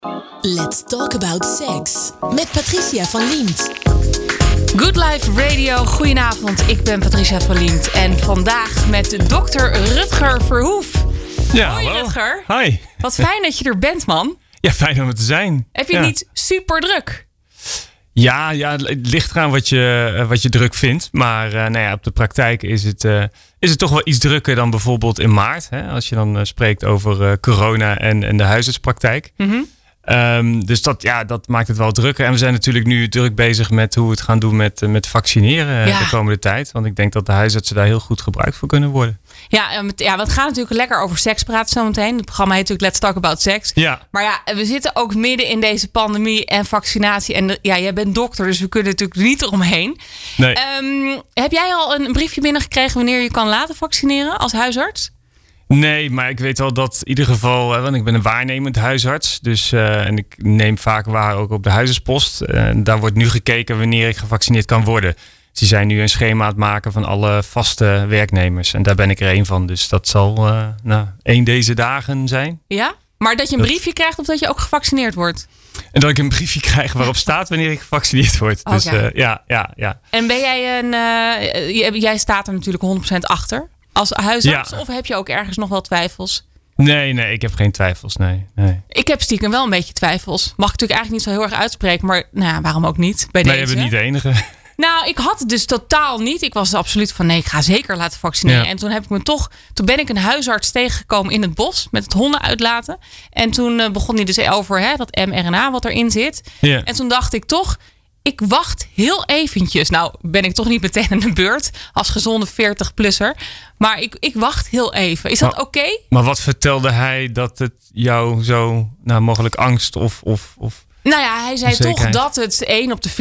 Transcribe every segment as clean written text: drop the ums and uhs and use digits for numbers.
Let's talk about sex met Patricia van Liemt. Good Life Radio, goedenavond. Ik ben Patricia van Liemt en vandaag met dokter Rutger Verhoef. Ja, hoi hallo. Rutger. Hi. Wat fijn dat je er bent, man. Ja, fijn om er te zijn. Heb je niet super druk? Ja, het ligt eraan wat je druk vindt. Maar op de praktijk is het toch wel iets drukker dan bijvoorbeeld in maart. Hè? Als je dan spreekt over corona en de huisartspraktijk. Mm-hmm. Dus dat maakt het wel drukker. En we zijn natuurlijk nu druk bezig met hoe we het gaan doen met vaccineren de komende tijd. Want ik denk dat de huisartsen daar heel goed gebruik voor kunnen worden. Ja, want we gaan natuurlijk lekker over seks praten zometeen. Het programma heet natuurlijk Let's Talk About Sex. Ja. Maar ja, we zitten ook midden in deze pandemie en vaccinatie. En jij bent dokter, dus we kunnen natuurlijk niet eromheen. Nee. Heb jij al een briefje binnengekregen wanneer je kan laten vaccineren als huisarts? Nee, maar ik weet wel dat in ieder geval, want ik ben een waarnemend huisarts. Dus, en ik neem vaak waar ook op de huisartspost. Daar wordt nu gekeken wanneer ik gevaccineerd kan worden. Dus die zijn nu een schema aan het maken van alle vaste werknemers. En daar ben ik er één van. Dus dat zal één deze dagen zijn. Ja, maar dat je een briefje krijgt of dat je ook gevaccineerd wordt? En dat ik een briefje krijg waarop staat wanneer ik gevaccineerd word. Dus ja. En ben jij jij staat er natuurlijk 100% achter als huisarts? Ja. Of heb je ook ergens nog wel twijfels? Nee, ik heb geen twijfels, nee. Ik heb stiekem wel een beetje twijfels. Mag ik natuurlijk eigenlijk niet zo heel erg uitspreken, maar waarom ook niet? Bij deze. Je bent niet de enige. Nou, ik had het dus totaal niet. Ik was absoluut van ik ga zeker laten vaccineren. Ja. En toen ben ik een huisarts tegengekomen in het bos met het honden uitlaten. En toen begon hij dus over dat mRNA wat erin zit. Ja. En toen dacht ik toch, ik wacht heel eventjes. Nou ben ik toch niet meteen aan de beurt als gezonde 40-plusser. Maar ik wacht heel even. Is dat oké? Maar wat vertelde hij dat het jou zo mogelijk angst of Nou ja, hij zei toch dat het 1 op de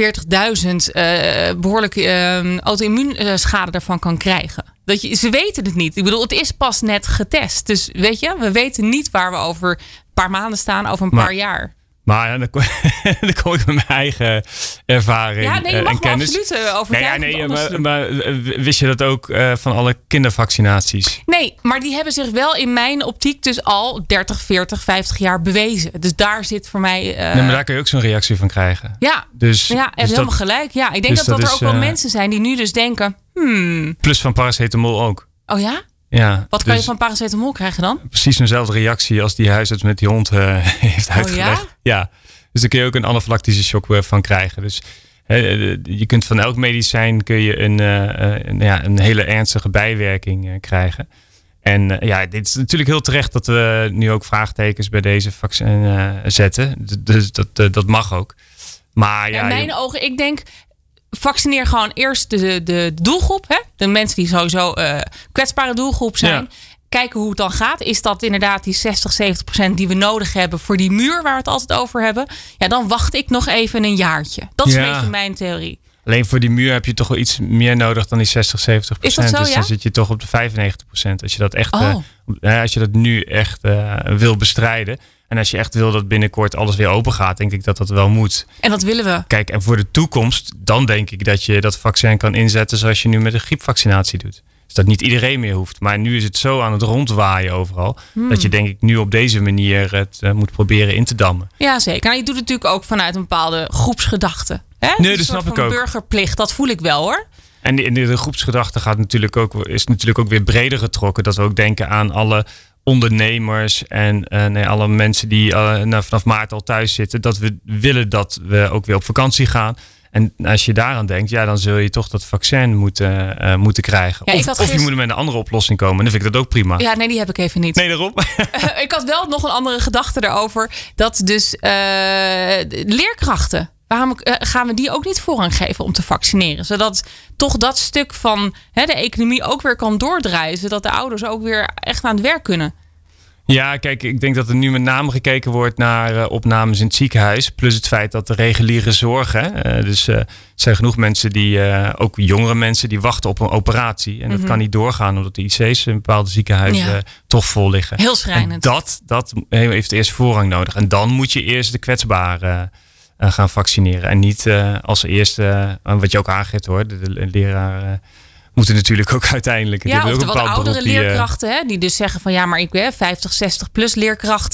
40.000 behoorlijk auto-immuunschade daarvan kan krijgen. Ze weten het niet. Ik bedoel, het is pas net getest. Dus weet je, we weten niet waar we over een paar maanden staan, over een paar jaar. Maar dan kom ik met mijn eigen ervaring en kennis. Ja, je mag me absoluut overtuigen. Maar wist je dat ook van alle kindervaccinaties? Nee, maar die hebben zich wel in mijn optiek dus al 30, 40, 50 jaar bewezen. Dus daar zit voor mij... Nee, maar daar kun je ook zo'n reactie van krijgen. Ja, dus je hebt helemaal gelijk. Ja, ik denk dus dat er ook wel mensen zijn die nu dus denken... Plus van paracetamol ook. Oh ja? Ja, wat kan je van paracetamol krijgen dan? Precies dezelfde reactie als die huisarts met die hond heeft uitgelegd. Ja, dus daar kun je ook een anafylactische shock van krijgen. Dus je kunt van elk medicijn kun je een hele ernstige bijwerking krijgen. En dit is natuurlijk heel terecht dat we nu ook vraagtekens bij deze vaccin zetten. Dus dat mag ook. Maar in mijn ogen, ik denk... Vaccineer gewoon eerst de doelgroep. Hè? De mensen die sowieso kwetsbare doelgroep zijn. Ja. Kijken hoe het dan gaat. Is dat inderdaad die 60-70% die we nodig hebben voor die muur waar we het altijd over hebben? Ja, dan wacht ik nog even een jaartje. Dat is een beetje mijn theorie. Alleen voor die muur heb je toch wel iets meer nodig dan die 60-70%. Is dat zo, dus dan zit je toch op de 95%. Als je dat echt, als je dat nu echt wil bestrijden. En als je echt wil dat binnenkort alles weer open gaat, denk ik dat dat wel moet. En dat willen we. Kijk, en voor de toekomst, dan denk ik dat je dat vaccin kan inzetten zoals je nu met de griepvaccinatie doet. Dus dat niet iedereen meer hoeft. Maar nu is het zo aan het rondwaaien overal. Dat je denk ik nu op deze manier het moet proberen in te dammen. Ja, zeker. Nou, je doet het natuurlijk ook vanuit een bepaalde groepsgedachte. Hè? Nee, dat snap ik ook. Burgerplicht, dat voel ik wel hoor. En de groepsgedachte is natuurlijk ook weer breder getrokken. Dat we ook denken aan alle ondernemers en alle mensen die vanaf maart al thuis zitten. Dat we willen dat we ook weer op vakantie gaan. En als je daaraan denkt, dan zul je toch dat vaccin moeten krijgen. Ja, of je moet met een andere oplossing komen. En dan vind ik dat ook prima. Ja, nee, die heb ik even niet. Nee, daarom. Ik had wel nog een andere gedachte erover. Dat dus leerkrachten. Waarom gaan we die ook niet voorrang geven om te vaccineren? Zodat toch dat stuk van de economie ook weer kan doordraaien. Zodat de ouders ook weer echt aan het werk kunnen. Ja, kijk, ik denk dat er nu met name gekeken wordt naar opnames in het ziekenhuis. Plus het feit dat de reguliere zorg. Dus er zijn genoeg mensen ook jongere mensen, die wachten op een operatie. En dat kan niet doorgaan omdat de IC's in bepaalde ziekenhuizen toch vol liggen. Heel schrijnend. En dat heeft eerst voorrang nodig. En dan moet je eerst de kwetsbaren gaan vaccineren. En niet als eerste, wat je ook aangeeft hoor, de leraar... moeten natuurlijk ook uiteindelijk... Ja, of de wat oudere leerkrachten, die dus zeggen van maar ik ben 50, 60 plus leerkrachten. Ja.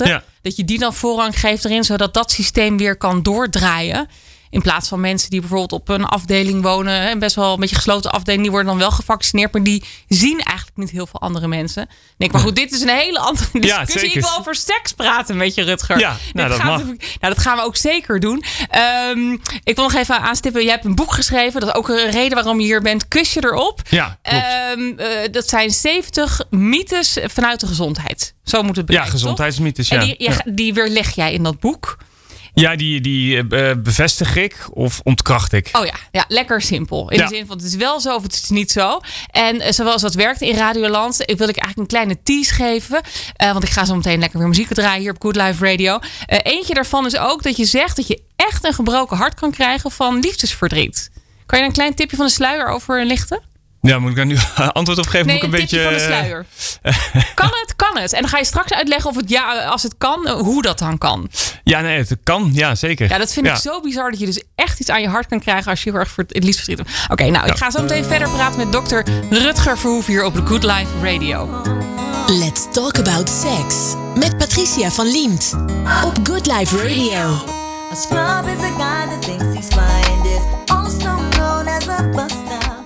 dat je die dan voorrang geeft erin, zodat dat systeem weer kan doordraaien. In plaats van mensen die bijvoorbeeld op een afdeling wonen, en best wel een beetje gesloten afdeling, die worden dan wel gevaccineerd, maar die zien eigenlijk niet heel veel andere mensen. Nee, maar goed, dit is een hele andere discussie. Ik wil over seks praten met je, Rutger. Ja, dat gaan we ook zeker doen. Ik wil nog even aanstippen, je hebt een boek geschreven. Dat is ook een reden waarom je hier bent. Kus je erop. Ja, klopt. Dat zijn 70 mythes vanuit de gezondheid. Zo moet het bekijken. Ja, gezondheidsmythes. Ja. En die weerleg jij in dat boek. Ja, die bevestig ik of ontkracht ik. Oh ja, lekker simpel. In de zin van het is wel zo of het is niet zo. En zoals dat werkt in Radioland, wil ik eigenlijk een kleine tease geven. Want ik ga zo meteen lekker weer muziek draaien hier op Good Life Radio. Eentje daarvan is ook dat je zegt dat je echt een gebroken hart kan krijgen van liefdesverdriet. Kan je er een klein tipje van de sluier over lichten? Ja, moet ik daar nu antwoord op geven? Nee, moet ik een tipje van de sluier. Kan het? En dan ga je straks uitleggen of het als het kan, hoe dat dan kan. Ja, nee, het kan. Ja, zeker. Ja, dat vind ik zo bizar dat je dus echt iets aan je hart kan krijgen als je heel erg voor het liefdesverdriet hebt. Oké, nou, ik ga zo meteen verder praten met dokter Rutger Verhoef hier op de Good Life Radio. Let's talk about sex met Patricia van Liemt op Good Life Radio. A scrub is a guy that thinks he's fly and is also known as a buster.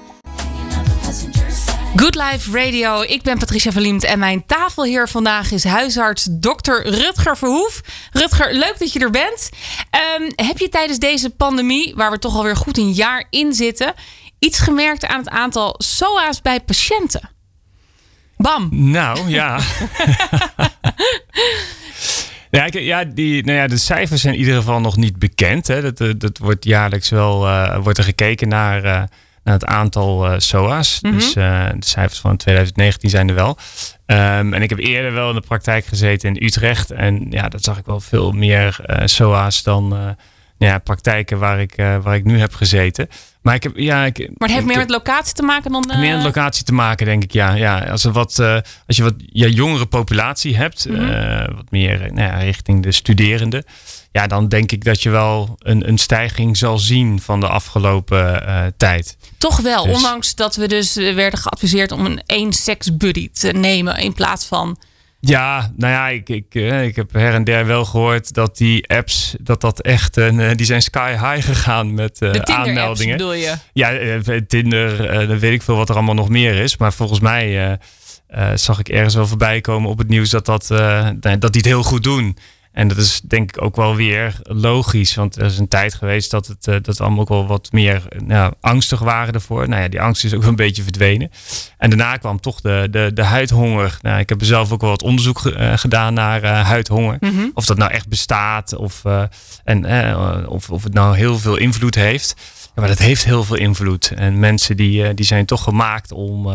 Good Life Radio, ik ben Patricia van Liemt en mijn tafelheer vandaag is huisarts Dr. Rutger Verhoef. Rutger, leuk dat je er bent. Heb je tijdens deze pandemie, waar we toch alweer goed een jaar in zitten, iets gemerkt aan het aantal SOA's bij patiënten? Bam! Nou, ja. De cijfers zijn in ieder geval nog niet bekend. Hè. Dat wordt jaarlijks wel wordt er gekeken naar het aantal SOA's. Mm-hmm. Dus de cijfers van 2019 zijn er wel. En ik heb eerder wel in de praktijk gezeten in Utrecht. En ja, dat zag ik wel veel meer SOA's dan praktijken waar ik nu heb gezeten. Maar maar het heeft meer met locatie te maken dan... Meer met locatie te maken, denk ik, ja. Als je wat jongere populatie hebt, wat meer richting de studerenden, ja, dan denk ik dat je wel een stijging zal zien van de afgelopen tijd. Toch wel, dus, ondanks dat we dus werden geadviseerd om een seksbuddy te nemen in plaats van... Ja, nou ja, ik heb her en der wel gehoord dat die apps, dat echt, die zijn sky high gegaan met de aanmeldingen. Bedoel je? Ja, Tinder, dan weet ik veel wat er allemaal nog meer is. Maar volgens mij zag ik ergens wel voorbij komen op het nieuws dat die het heel goed doen. En dat is denk ik ook wel weer logisch. Want er is een tijd geweest dat we allemaal ook wel wat meer angstig waren ervoor. Nou ja, die angst is ook wel een beetje verdwenen. En daarna kwam toch de huidhonger. Nou, ik heb zelf ook wel wat onderzoek gedaan naar huidhonger. Mm-hmm. Of dat nou echt bestaat. Of het nou heel veel invloed heeft. Ja, maar dat heeft heel veel invloed. En mensen die zijn toch gemaakt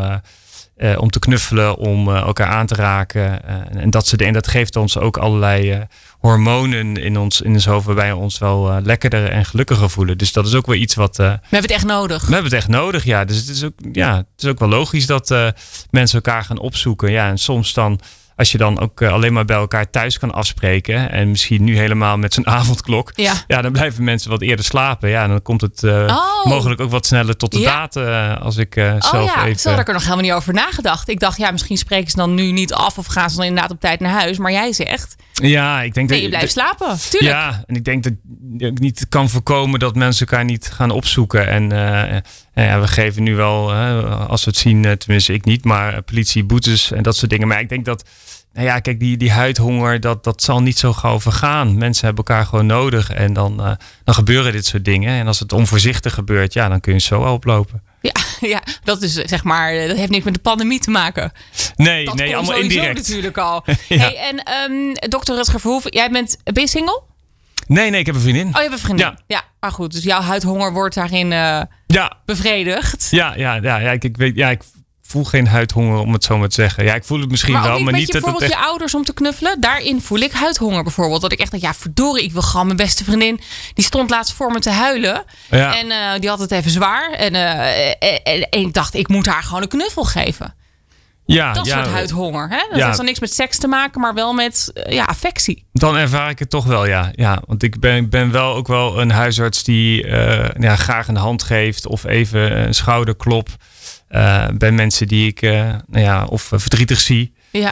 om te knuffelen, om elkaar aan te raken. En dat soort dingen. En dat geeft ons ook allerlei hormonen in ons hoofd, waarbij we ons wel lekkerder en gelukkiger voelen. Dus dat is ook weer iets wat... we hebben het echt nodig. We hebben het echt nodig, ja. Dus het is ook wel logisch dat mensen elkaar gaan opzoeken. Ja, en soms dan, als je dan ook alleen maar bij elkaar thuis kan afspreken, en misschien nu helemaal met zo'n avondklok, ja, dan blijven mensen wat eerder slapen. Ja, en dan komt het mogelijk ook wat sneller tot de daad als ik zelf even... Zo had ik er nog helemaal niet over nagedacht. Ik dacht, misschien spreken ze dan nu niet af of gaan ze dan inderdaad op tijd naar huis. Maar jij zegt... Ja, ik denk dat je blijft slapen. Tuurlijk. Ja, en ik denk dat je niet kan voorkomen dat mensen elkaar niet gaan opzoeken. En we geven nu wel, als we het zien, tenminste ik niet, maar politie, boetes en dat soort dingen. Maar ik denk dat, kijk, die huidhonger, dat zal niet zo gauw vergaan. Mensen hebben elkaar gewoon nodig en dan gebeuren dit soort dingen. En als het onvoorzichtig gebeurt, dan kun je zo oplopen. Ja, dat is zeg maar, dat heeft niks met de pandemie te maken. Nee, allemaal indirect. Natuurlijk al. Ja. Hey, en dokter Rutger Verhoef, ben je single? Nee, ik heb een vriendin. Oh, je hebt een vriendin. Ja, maar goed, dus jouw huidhonger wordt daarin bevredigd. Ja, ik voel geen huidhonger, om het zo maar te zeggen. Ja, ik voel het misschien wel, maar niet dat bijvoorbeeld het echt... je ouders om te knuffelen, daarin voel ik huidhonger bijvoorbeeld. Dat ik echt denk, verdorie, ik wil gewoon mijn beste vriendin. Die stond laatst voor me te huilen. Ja. En die had het even zwaar. En ik dacht, ik moet haar gewoon een knuffel geven. Ja, dat soort huidhonger. Hè? Dat heeft dan niks met seks te maken, maar wel met affectie. Dan ervaar ik het toch wel, ja. Want ik ben wel ook wel een huisarts die graag een hand geeft of even een schouderklop bij mensen die ik of verdrietig zie. Ja.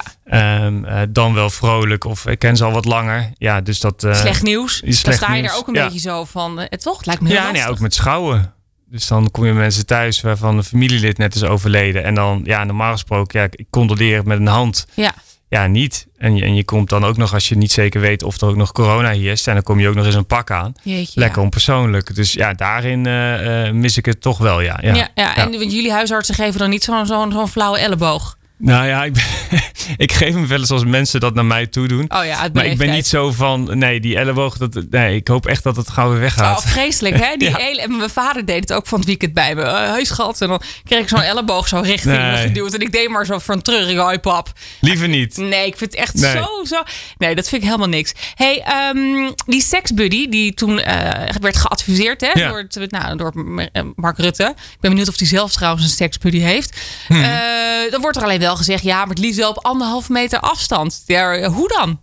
Dan wel vrolijk of ik ken ze al wat langer. Ja, dus dat... slecht nieuws. Slecht Dan sta je nieuws. er ook een beetje zo van... toch? Het lijkt me heel lastig. Nee, ook met schouwen. Dus dan kom je mensen thuis waarvan een familielid net is overleden. En dan, normaal gesproken, ik condoleer met een hand. Ja, niet. En je komt dan ook nog, als je niet zeker weet of er ook nog corona heerst. En dan kom je ook nog eens een pak aan. Jeetje, lekker onpersoonlijk. Dus daarin mis ik het toch wel, ja. En jullie huisartsen geven dan niet zo'n flauwe elleboog? Nou ja, ik geef hem wel eens als mensen dat naar mij toe doen. Oh ja, maar ik ben niet zo van, die elleboog, ik hoop echt dat het gauw weer weggaat. Oh, vreselijk, hè? En mijn vader deed het ook van het weekend bij me. Hey schat, en dan kreeg ik zo'n elleboog zo richting me geduwd. En ik deed maar zo van terug. Hoi pap. Liever niet. Nee, ik vind het echt zo. Nee, dat vind ik helemaal niks. Hey, die seksbuddy die toen werd geadviseerd door Mark Rutte. Ik ben benieuwd of hij zelf trouwens een seksbuddy heeft. Dan wordt er alleen wel gezegd, maar het liefst wel op 1,5 meter afstand. Ja, hoe dan?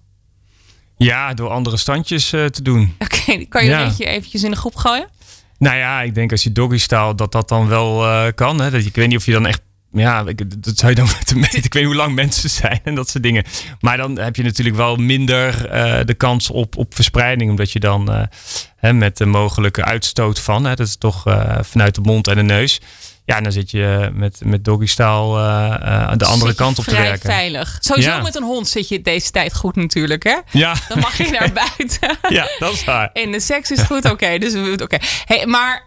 Ja, door andere standjes te doen. Oké, kan je een beetje eventjes in de groep gooien? Nou ja, ik denk als je doggy style dat dan wel kan. Hè? Ik weet niet of je dan echt... Ja, dat zou je dan moeten meten. Ik weet niet hoe lang mensen zijn en dat soort dingen. Maar dan heb je natuurlijk wel minder de kans op verspreiding. Omdat je dan met de mogelijke uitstoot van... dat is toch vanuit de mond en de neus... Ja, dan zit je met doggy style de andere kant op te werken. Vrij veilig. Sowieso met een hond zit je deze tijd goed natuurlijk, hè? Ja. Dan mag je naar buiten. Ja, dat is waar. En de seks is goed, oké. Hey, maar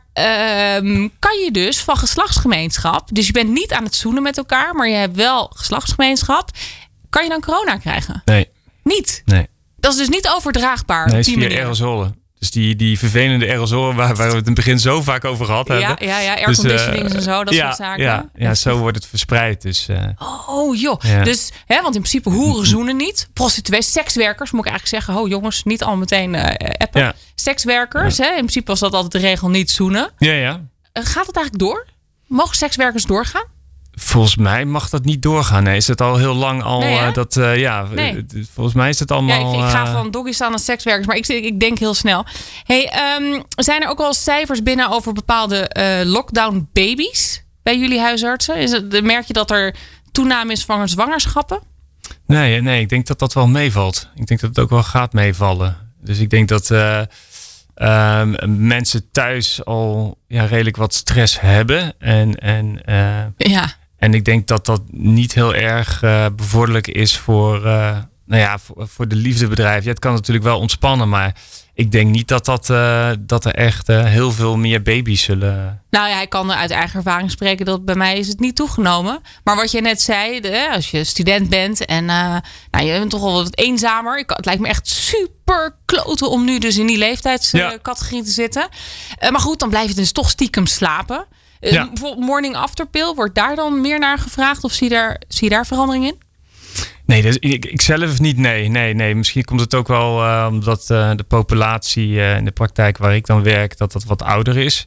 kan je dus van geslachtsgemeenschap... Dus je bent niet aan het zoenen met elkaar... maar je hebt wel geslachtsgemeenschap... Kan je dan corona krijgen? Nee. Niet? Nee. Dat is dus niet overdraagbaar? Nee, het is via aerosolen. Dus die vervelende aerosolen waar we het in het begin zo vaak over gehad hebben. Ja, airconditioning en zo, dat soort zaken. Ja, zo wordt het verspreid. Dus, oh joh, dus, want in principe hoeren zoenen niet. Prostituees, sekswerkers moet ik eigenlijk zeggen. Oh jongens, niet al meteen appen. Ja. Sekswerkers, in principe was dat altijd de regel niet zoenen. Ja. Gaat het eigenlijk door? Mogen sekswerkers doorgaan? Volgens mij mag dat niet doorgaan. Nee, is het al heel lang al volgens mij is het allemaal... Ja, ik ga van doggy staan naar sekswerkers, maar ik denk heel snel. Hey, zijn er ook wel cijfers binnen over bepaalde lockdown baby's bij jullie huisartsen? Merk je dat er toename is van zwangerschappen? Nee, ik denk dat dat wel meevalt. Ik denk dat het ook wel gaat meevallen. Dus ik denk dat mensen thuis al redelijk wat stress hebben en ik denk dat dat niet heel erg bevorderlijk is voor de liefdebedrijf. Ja, het kan natuurlijk wel ontspannen, maar ik denk niet dat er echt heel veel meer baby's zullen... Nou ja, ik kan uit eigen ervaring spreken dat bij mij is het niet toegenomen. Maar wat je net zei, als je student bent en je bent toch wel wat eenzamer. Het lijkt me echt super kloten om nu dus in die leeftijdscategorie te zitten. Maar goed, dan blijf je dus toch stiekem slapen. Bijvoorbeeld morning after pill, wordt daar dan meer naar gevraagd? Of zie je daar verandering in? Nee, dus ik zelf niet. Nee. Misschien komt het ook wel omdat de populatie in de praktijk waar ik dan werk, dat wat ouder is.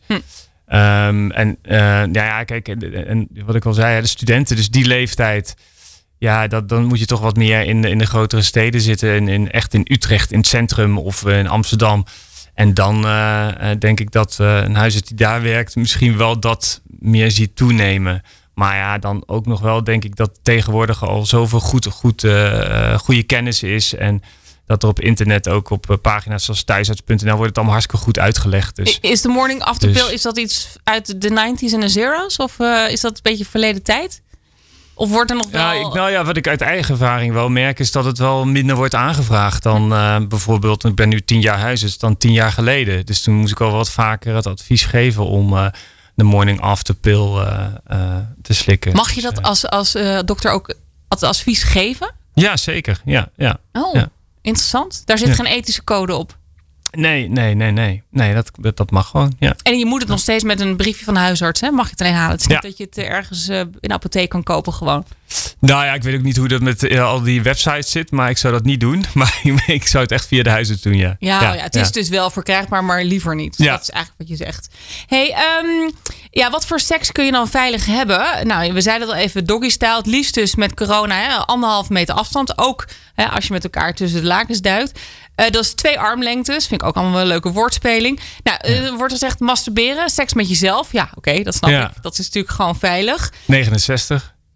Kijk, en wat ik al zei, de studenten, dus die leeftijd. Ja, dan moet je toch wat meer in de grotere steden zitten. Echt in Utrecht, in het centrum of in Amsterdam. En dan denk ik dat een huisarts die daar werkt misschien wel dat meer ziet toenemen. Maar ja, dan ook nog wel denk ik dat tegenwoordig al zoveel goede kennis is. En dat er op internet ook op pagina's zoals thuisarts.nl wordt het allemaal hartstikke goed uitgelegd. Dus, is de morning after pill, is dat iets uit de 90s en de zero's? Of is dat een beetje verleden tijd? Of wordt er nog wel... Wat ik uit eigen ervaring wel merk is dat het wel minder wordt aangevraagd dan bijvoorbeeld, ik ben nu 10 jaar huisarts, dan 10 jaar geleden. Dus toen moest ik al wat vaker het advies geven om de morning after pill te slikken. Mag je dat als dokter ook het advies geven? Ja, zeker. Ja. Interessant. Daar zit geen ethische code op. Nee, dat mag gewoon. Ja. En je moet het nog steeds met een briefje van de huisarts, hè? Mag je het alleen halen? Het is niet dat je het ergens in de apotheek kan kopen gewoon. Nou ja, ik weet ook niet hoe dat met al die websites zit, maar ik zou dat niet doen. Maar ik zou het echt via de huisarts doen, ja. Ja, het is dus wel verkrijgbaar, maar liever niet. Ja. Dat is eigenlijk wat je zegt. Hey, wat voor seks kun je dan veilig hebben? Nou, we zeiden al even doggy style. Het liefst dus met corona, 1,5 meter afstand. Ook als je met elkaar tussen de lakens duikt. Dat is 2 armlengtes. Vind ik ook allemaal wel een leuke woordspeling. Nou, wordt er gezegd masturberen, seks met jezelf. Ja, oké, dat snap ik. Dat is natuurlijk gewoon veilig. 69.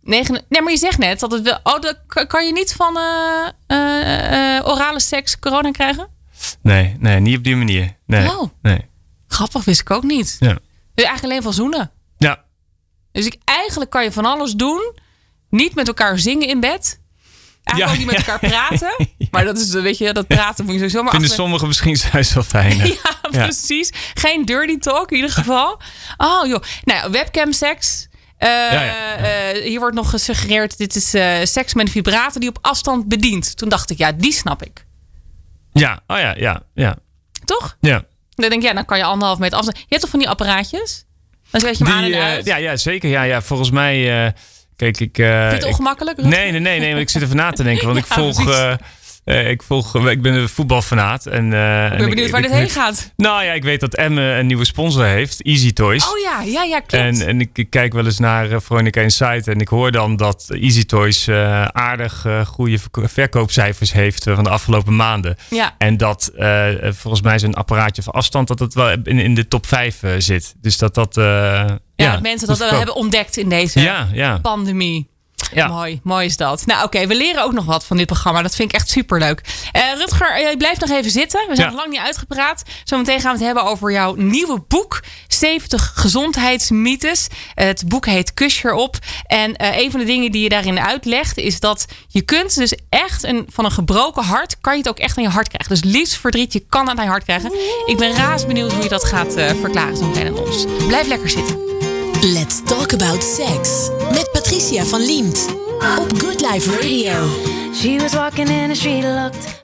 Nee, maar je zegt net dat het wel... kan je niet van orale seks corona krijgen? Nee, niet op die manier. Nee. Grappig, wist ik ook niet. Ja. Dus eigenlijk alleen van zoenen. Ja. Dus eigenlijk kan je van alles doen. Niet met elkaar zingen in bed. Eigenlijk ook niet met elkaar praten. Ja. Maar dat is, weet je, dat praten moet je sowieso maar vinden sommigen misschien juist wel fijn. Ja, precies. Geen dirty talk in ieder geval. Oh joh. Nou ja, webcam-seks. Hier wordt nog gesuggereerd, dit is seks met een vibrator die op afstand bedient. Toen dacht ik, ja, die snap ik. Ja, ja. Toch? Ja. Dan denk ik, dan kan je 1,5 meter afstand. Je hebt toch van die apparaatjes? Dan zet je hem aan en uit. Ja, zeker. Ja, volgens mij... Kijk, Vind je het ongemakkelijk? Nee, want ik zit even na te denken. Want ik ben een voetbalfanaat. Ik ben benieuwd waar dit heen gaat. Nou ja, ik weet dat Emme een nieuwe sponsor heeft. Easy Toys. Oh ja, klopt. En ik kijk wel eens naar Veronica Insight. En ik hoor dan dat Easy Toys aardig goede verkoopcijfers heeft van de afgelopen maanden. Ja. En dat volgens mij zijn apparaatje van afstand dat het wel in de top 5 zit. Dus dat... dat mensen dat hebben ontdekt in deze pandemie. Ja. Mooi is dat. Nou oké, we leren ook nog wat van dit programma. Dat vind ik echt superleuk. Rutger, jij blijft nog even zitten. We zijn nog lang niet uitgepraat. Zometeen gaan we het hebben over jouw nieuwe boek. 70 gezondheidsmythes. Het boek heet Kus je erop. En een van de dingen die je daarin uitlegt is dat je kunt dus echt van een gebroken hart kan je het ook echt aan je hart krijgen. Dus liefdesverdriet, je kan het aan je hart krijgen. Ik ben razend benieuwd hoe je dat gaat verklaren zo meteen aan ons. Blijf lekker zitten. Let's talk about sex met Patricia van Liemt op Good Life Radio. She was walking in and she looked.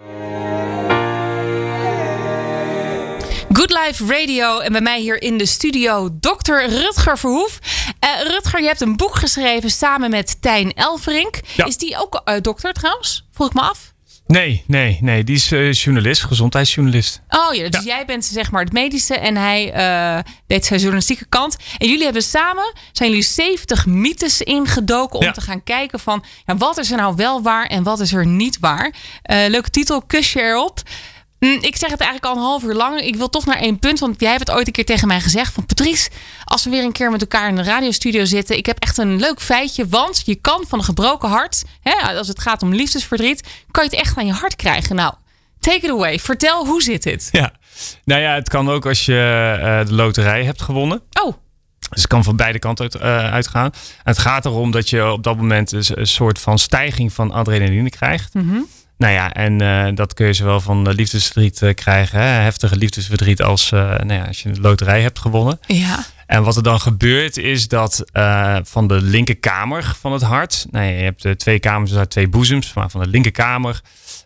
Good Life Radio en bij mij hier in de studio Dr. Rutger Verhoef. Rutger, je hebt een boek geschreven samen met Tijn Elverink. Ja. Is die ook dokter trouwens? Vroeg ik me af. Nee. Die is journalist, gezondheidsjournalist. Oh ja, dus jij bent zeg maar het medische en hij deed zijn journalistieke kant. En jullie hebben samen, zijn jullie 70 mythes ingedoken om te gaan kijken van wat is er nou wel waar en wat is er niet waar. Leuke titel, Kus je erop. Ik zeg het eigenlijk al 1,5 uur lang. Ik wil toch naar 1 punt, want jij hebt het ooit een keer tegen mij gezegd van Patrice, als we weer een keer met elkaar in de radiostudio zitten, ik heb echt een leuk feitje, want je kan van een gebroken hart, als het gaat om liefdesverdriet, kan je het echt aan je hart krijgen. Nou, take it away. Vertel, hoe zit dit? Ja, nou ja, het kan ook als je de loterij hebt gewonnen. Oh. Dus het kan van beide kanten uitgaan. En het gaat erom dat je op dat moment een soort van stijging van adrenaline krijgt. Mm-hmm. Nou ja, en dat kun je zowel van liefdesverdriet krijgen. Heftige liefdesverdriet als als je de loterij hebt gewonnen. Ja. En wat er dan gebeurt is dat van de linkerkamer van het hart. Je hebt 2 kamers, dus 2 boezems. Maar van de linkerkamer.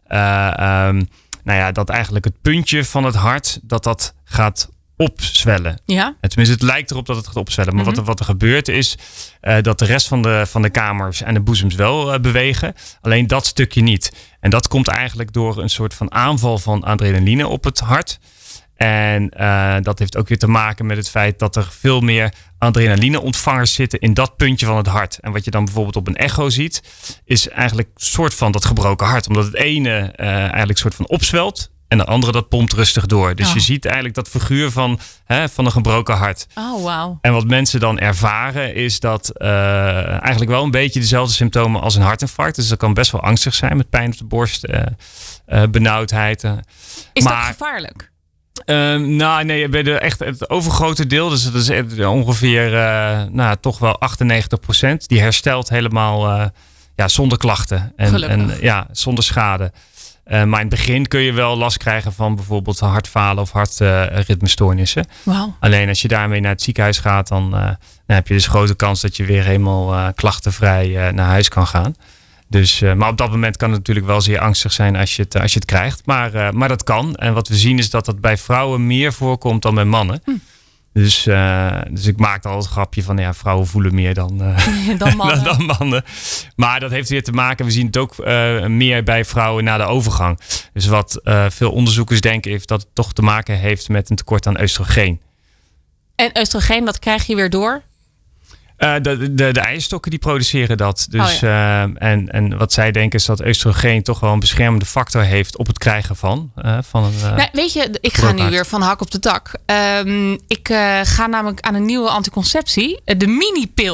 Dat eigenlijk het puntje van het hart dat gaat opzwellen. Ja. Tenminste, het lijkt erop dat het gaat opzwellen. Maar wat er gebeurt is dat de rest van de kamers en de boezems wel bewegen. Alleen dat stukje niet. En dat komt eigenlijk door een soort van aanval van adrenaline op het hart. En dat heeft ook weer te maken met het feit dat er veel meer adrenalineontvangers zitten in dat puntje van het hart. En wat je dan bijvoorbeeld op een echo ziet, is eigenlijk een soort van dat gebroken hart. Omdat het ene eigenlijk soort van opzwelt. En de andere dat pompt rustig door. Dus je ziet eigenlijk dat figuur van een gebroken hart. Oh, wow. En wat mensen dan ervaren is dat eigenlijk wel een beetje dezelfde symptomen als een hartinfarct. Dus dat kan best wel angstig zijn met pijn op de borst, benauwdheid. Is dat gevaarlijk? Nee, bij echt het overgrote deel, dus dat is ongeveer toch wel 98%. Die herstelt helemaal zonder klachten. En zonder schade. Maar in het begin kun je wel last krijgen van bijvoorbeeld hartfalen of hartritmestoornissen. Wow. Alleen als je daarmee naar het ziekenhuis gaat, dan heb je dus grote kans dat je weer helemaal klachtenvrij naar huis kan gaan. Dus, maar op dat moment kan het natuurlijk wel zeer angstig zijn als je het krijgt. Maar dat kan. En wat we zien is dat dat bij vrouwen meer voorkomt dan bij mannen. Dus ik maakte al het grapje van vrouwen voelen meer dan mannen. dan mannen. Maar dat heeft weer te maken, we zien het ook meer bij vrouwen na de overgang. Dus wat veel onderzoekers denken is dat het toch te maken heeft met een tekort aan oestrogeen. En oestrogeen, dat krijg je weer door? De eierstokken die produceren dat. Dus, en wat zij denken is dat oestrogeen toch wel een beschermende factor heeft op het krijgen van een. Weet je, ik ga nu weer van hak op de dak. Ik ga namelijk aan een nieuwe anticonceptie. De minipil.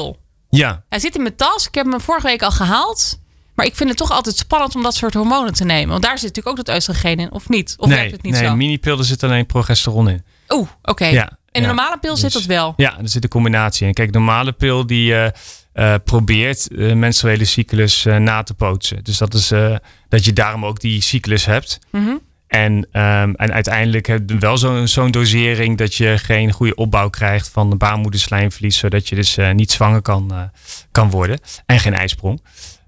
Ja. Hij zit in mijn tas. Ik heb hem vorige week al gehaald. Maar ik vind het toch altijd spannend om dat soort hormonen te nemen. Want daar zit natuurlijk ook dat oestrogeen in, of niet? Of werkt het niet zo? Nee, minipil, er zit alleen progesteron in. Oeh, oké. Ja, en de normale pil zit dat wel? Ja, er zit een combinatie in. Kijk, de normale pil die probeert de menstruele cyclus na te pootsen. Dus dat is dat je daarom ook die cyclus hebt. Mm-hmm. En uiteindelijk heb je wel zo'n dosering dat je geen goede opbouw krijgt van de baarmoederslijmvlies, zodat je dus niet zwanger kan worden. En geen ijsprong.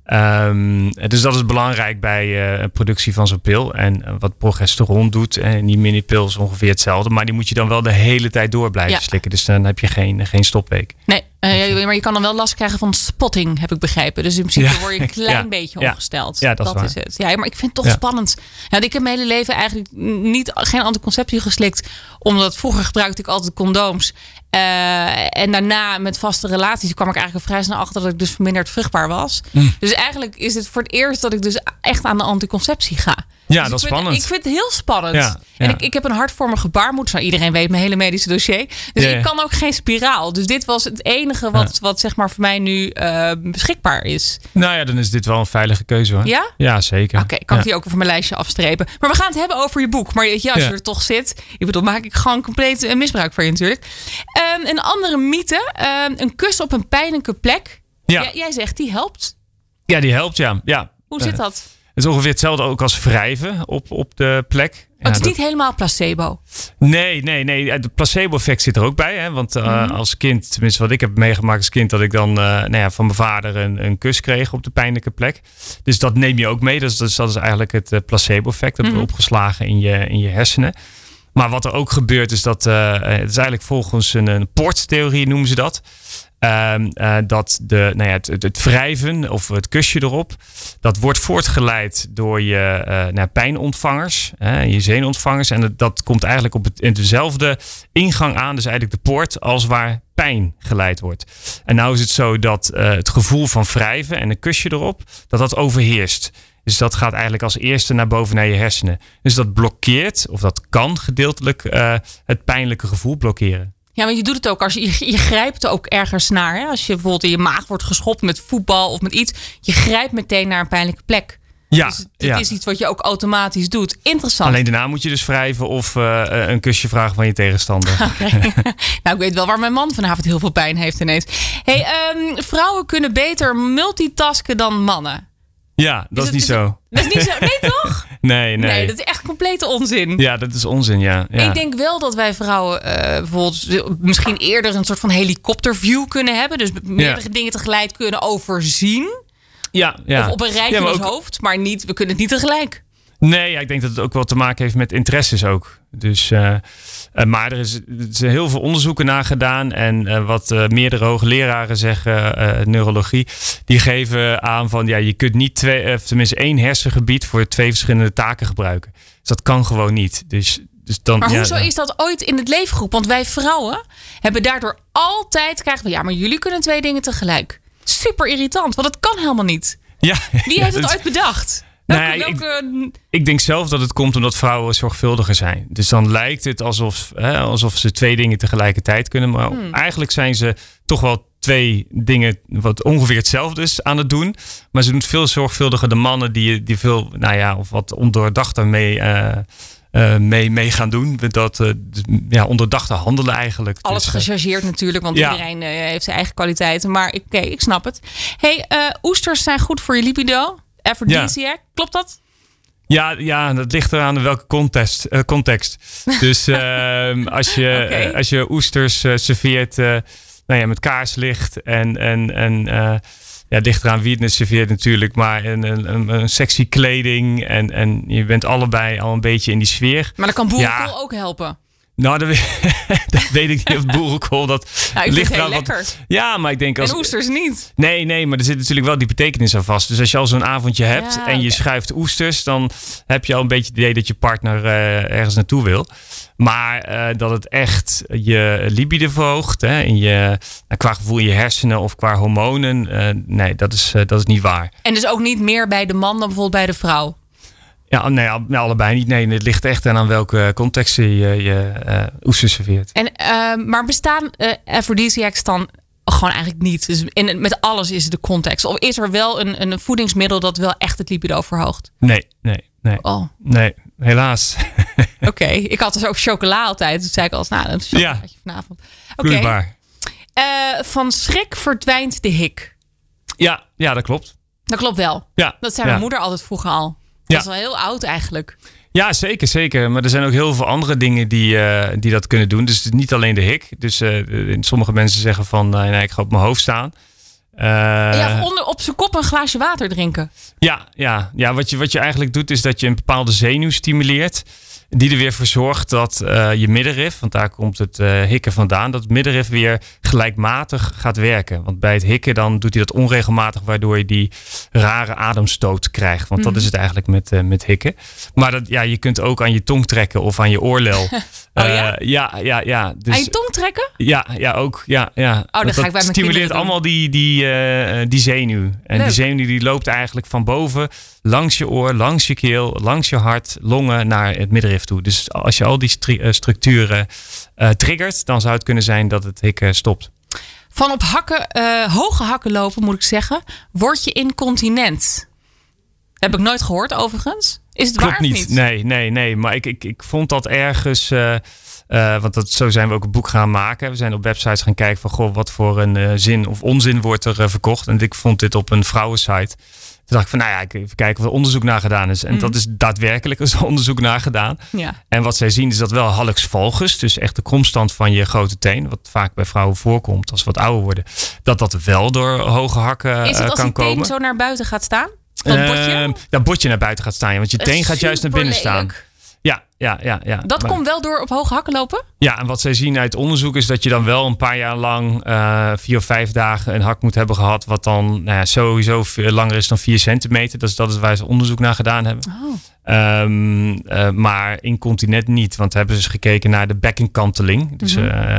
Dus dat is belangrijk bij productie van zo'n pil. En wat progesteron doet, en die minipil is ongeveer hetzelfde. Maar die moet je dan wel de hele tijd door blijven slikken. Dus dan heb je geen stopweek. Nee, maar je kan dan wel last krijgen van spotting, heb ik begrepen. Dus in principe word je een klein beetje ongesteld. Ja, dat is het. Ja, maar ik vind het toch spannend. Ja, ik heb mijn hele leven eigenlijk geen anticonceptie geslikt. Omdat vroeger gebruikte ik altijd condooms. En daarna met vaste relaties kwam ik eigenlijk vrij snel achter dat ik dus verminderd vruchtbaar was. Dus eigenlijk is het voor het eerst dat ik dus echt aan de anticonceptie ga. Ja, dus dat is spannend. Ik vind het heel spannend. Ja. En ik heb een hartvormige baarmoeder. Nou, iedereen weet mijn hele medische dossier. Dus ik kan ook geen spiraal. Dus dit was het enige wat zeg maar voor mij nu beschikbaar is. Nou ja, dan is dit wel een veilige keuze hoor. Ja? Ja, zeker. Oké, kan ik die ook over mijn lijstje afstrepen. Maar we gaan het hebben over je boek. Maar weet je, als je er toch zit. Ik bedoel, maak ik gewoon compleet misbruik van je natuurlijk. Een andere mythe. Een kus op een pijnlijke plek. Ja. Jij zegt die helpt. Ja, die helpt, ja. Hoe zit dat? Het is ongeveer hetzelfde ook als wrijven op de plek. Het is niet helemaal placebo. Nee. Het placebo-effect zit er ook bij. Hè? Want als kind, tenminste wat ik heb meegemaakt als kind, dat ik dan van mijn vader een kus kreeg op de pijnlijke plek. Dus dat neem je ook mee. Dus dat is eigenlijk het placebo-effect. Dat wordt opgeslagen in je hersenen. Maar wat er ook gebeurt is dat, het is eigenlijk volgens een poorttheorie noemen ze dat. Dat het wrijven of het kusje erop, dat wordt voortgeleid door je pijnontvangers, je zenuwontvangers. En dat komt eigenlijk in dezelfde ingang aan, dus eigenlijk de poort, als waar pijn geleid wordt. En nou is het zo dat het gevoel van wrijven en een kusje erop, dat overheerst. Dus dat gaat eigenlijk als eerste naar boven naar je hersenen. Dus dat blokkeert, of dat kan gedeeltelijk het pijnlijke gevoel blokkeren. Ja, want je doet het ook als je grijpt ook ergens naar. Hè? Als je bijvoorbeeld in je maag wordt geschopt met voetbal of met iets. Je grijpt meteen naar een pijnlijke plek. Ja, dus het is iets wat je ook automatisch doet. Interessant. Alleen daarna moet je dus wrijven of een kusje vragen van je tegenstander. Okay. Nou, ik weet wel waar mijn man vanavond heel veel pijn heeft ineens. Hey, vrouwen kunnen beter multitasken dan mannen. Ja, dat is niet zo. Dat is niet zo? Nee, toch? Nee, dat is echt complete onzin. Ja, dat is onzin, ja. Ik denk wel dat wij vrouwen bijvoorbeeld misschien eerder een soort van helikopterview kunnen hebben. Dus meerdere dingen tegelijk kunnen overzien. Ja. Of op een rijtje in ons hoofd, maar we kunnen het niet tegelijk. Nee, ik denk dat het ook wel te maken heeft met interesses ook. Dus, maar er is heel veel onderzoeken naar gedaan. En wat meerdere hoogleraren zeggen, neurologie, die geven aan van je kunt niet tenminste één hersengebied voor 2 verschillende taken gebruiken. Dus dat kan gewoon niet. Dus dan, maar hoezo is dat ooit in het leven geroepen? Want wij vrouwen hebben daardoor altijd krijgen we maar jullie kunnen 2 dingen tegelijk. Super irritant, want dat kan helemaal niet. Ja, wie heeft het ooit bedacht? Ik denk zelf dat het komt omdat vrouwen zorgvuldiger zijn. Dus dan lijkt het alsof ze 2 dingen tegelijkertijd kunnen. Maar eigenlijk zijn ze toch wel 2 dingen wat ongeveer hetzelfde is aan het doen. Maar ze doen veel zorgvuldiger de mannen die veel, of wat ondoordachter mee gaan doen. Dat onderdachte handelen eigenlijk. Alles gechargeerd natuurlijk, want iedereen heeft zijn eigen kwaliteiten. Maar ik snap het. Hey, oesters zijn goed voor je libido. Aphrodisiac, klopt dat? Ja, dat ligt eraan in welke context. Dus als je oesters serveert met kaarslicht en het ligt eraan wie het serveert natuurlijk, maar een sexy kleding en je bent allebei al een beetje in die sfeer. Maar dan kan boerenkool ook helpen. Nou, dat weet ik niet of boerenkool dat ik ligt vind het heel lekker. Ja, maar ik denk en oesters niet. Nee, maar er zit natuurlijk wel die betekenis aan vast. Dus als je al zo'n avondje hebt en je schuift oesters, dan heb je al een beetje het idee dat je partner ergens naartoe wil. Maar dat het echt je libido verhoogt, qua gevoel in je hersenen of qua hormonen, nee, dat is niet waar. En dus ook niet meer bij de man dan bijvoorbeeld bij de vrouw? Ja, nee, allebei niet. Nee, het ligt echt aan welke context je oesters serveert. Maar bestaan aphrodisiacs dan gewoon eigenlijk niet. Dus met alles is de context. Of is er wel een voedingsmiddel dat wel echt het libido verhoogt? Nee. Oh. Nee, helaas. Oké, ik had dus ook chocola altijd. Dus zei ik altijd, dat is chocolaatje vanavond. Vloeibaar. Van schrik verdwijnt de hik. Ja, dat klopt. Dat klopt wel. Ja, dat zei mijn moeder altijd vroeger al. Dat is wel heel oud eigenlijk. Ja, zeker. Maar er zijn ook heel veel andere dingen die dat kunnen doen. Dus het is niet alleen de hik. Dus sommige mensen zeggen van, nee, ik ga op mijn hoofd staan. Op zijn kop een glaasje water drinken. Ja, wat je eigenlijk doet is dat je een bepaalde zenuw stimuleert. Die er weer voor zorgt dat je middenrif, want daar komt het hikken vandaan, dat het middenrif weer gelijkmatig gaat werken. Want bij het hikken dan doet hij dat onregelmatig, waardoor je die rare ademstoot krijgt. Want dat is het eigenlijk met hikken. Maar je kunt ook aan je tong trekken of aan je oorlel. Ja. Dus, aan je tong trekken? Ja, ook. Ja. Dan ga ik bij mijn stimuleert allemaal die zenuw. En Leuk. die zenuw die loopt eigenlijk van boven langs je oor, langs je keel, langs je hart, longen naar het middenrif toe. Dus als je al die structuren triggert, dan zou het kunnen zijn dat het hikken stopt. Van op hoge hakken lopen, moet ik zeggen, word je incontinent. Heb ik nooit gehoord overigens. Is het Klopt waar niet. Of niet? Nee. Maar ik vond dat ergens, want zo zijn we ook een boek gaan maken. We zijn op websites gaan kijken van, wat voor een zin of onzin wordt er verkocht. En ik vond dit op een vrouwensite. Toen dacht ik van, even kijken of er onderzoek naar gedaan is. En dat is daadwerkelijk een onderzoek naar gedaan. Ja. En wat zij zien is dat wel hallux valgus, dus echt de kromstand van je grote teen, wat vaak bij vrouwen voorkomt als ze wat ouder worden, dat wel door hoge hakken kan komen. Is het als die teen zo naar buiten gaat staan? Dat botje? Dat botje naar buiten gaat staan. Want je teen gaat juist naar binnen staan. Ja. Dat komt wel door op hoge hakken lopen? Ja, en wat zij zien uit onderzoek is dat je dan wel een paar jaar lang 4 of 5 dagen een hak moet hebben gehad. Wat dan sowieso veel langer is dan 4 centimeter. Dat is waar ze onderzoek naar gedaan hebben. Oh. Maar incontinent niet. Want hebben ze gekeken naar de bekkenkanteling. Dus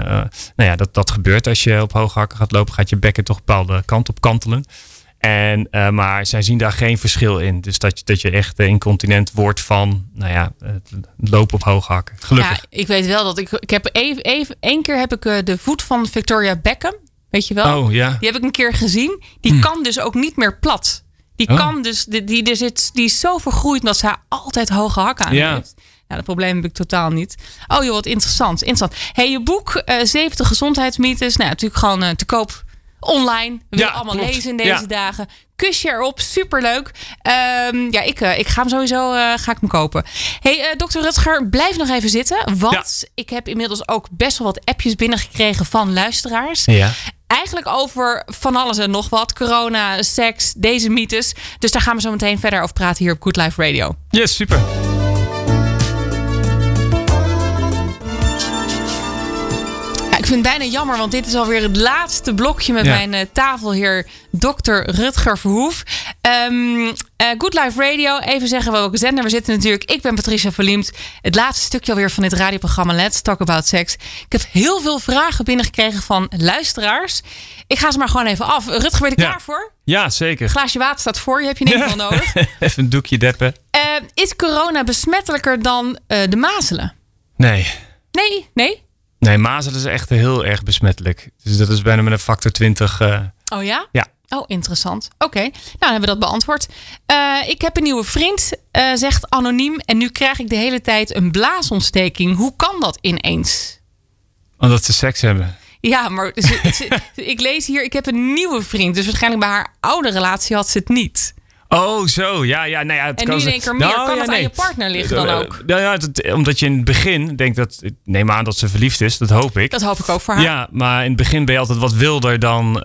dat gebeurt als je op hoge hakken gaat lopen. Gaat je bekken toch een bepaalde kant op kantelen. Maar zij zien daar geen verschil in. Dus dat je echt incontinent wordt van het lopen op hoge hakken. Gelukkig. Ja, ik weet wel dat ik heb één keer heb ik de voet van Victoria Beckham. Weet je wel? Oh, ja. Die heb ik een keer gezien. Die kan dus ook niet meer plat. Die kan dus, die is zo vergroeid dat ze altijd hoge hakken aan heeft. Ja, dat probleem heb ik totaal niet. Oh joh, wat interessant. Hey, je boek 70 gezondheidsmythes. Natuurlijk gewoon te koop online. We willen allemaal lezen in deze dagen. Kusje erop, superleuk. Ik ga hem sowieso ga ik hem kopen. Hey, dokter Rutger, blijf nog even zitten. Want ik heb inmiddels ook best wel wat appjes binnengekregen van luisteraars. Ja. Eigenlijk over van alles en nog wat. Corona, seks, deze mythes. Dus daar gaan we zo meteen verder over praten hier op Good Life Radio. Yes, super. Ik vind het bijna jammer, want dit is alweer het laatste blokje met mijn tafelheer Dr. Rutger Verhoef. Good Life Radio, even zeggen welke zender we zitten natuurlijk. Ik ben Patricia Verliemd. Het laatste stukje alweer van dit radioprogramma Let's Talk About Sex. Ik heb heel veel vragen binnengekregen van luisteraars. Ik ga ze maar gewoon even af. Rutger, ben je er klaar voor? Ja, zeker. Een glaasje water staat voor je, heb je niet veel nodig. Even een doekje deppen. Is corona besmettelijker dan de mazelen? Nee. Nee? Nee, mazelen is echt heel erg besmettelijk. Dus dat is bijna met een factor 20. Oh ja? Ja. Oh, interessant. Oké, nou dan hebben we dat beantwoord. Ik heb een nieuwe vriend, zegt anoniem. En nu krijg ik de hele tijd een blaasontsteking. Hoe kan dat ineens? Omdat ze seks hebben. Ja, maar ik lees hier, ik heb een nieuwe vriend. Dus waarschijnlijk bij haar oude relatie had ze het niet. Oh, zo. Ja. Het en kan nu in één keer meer. Kan het aan je partner liggen dan ook? Omdat je in het begin denkt dat... Ik neem aan dat ze verliefd is. Dat hoop ik. Dat hoop ik ook voor haar. Ja, maar in het begin ben je altijd wat wilder dan...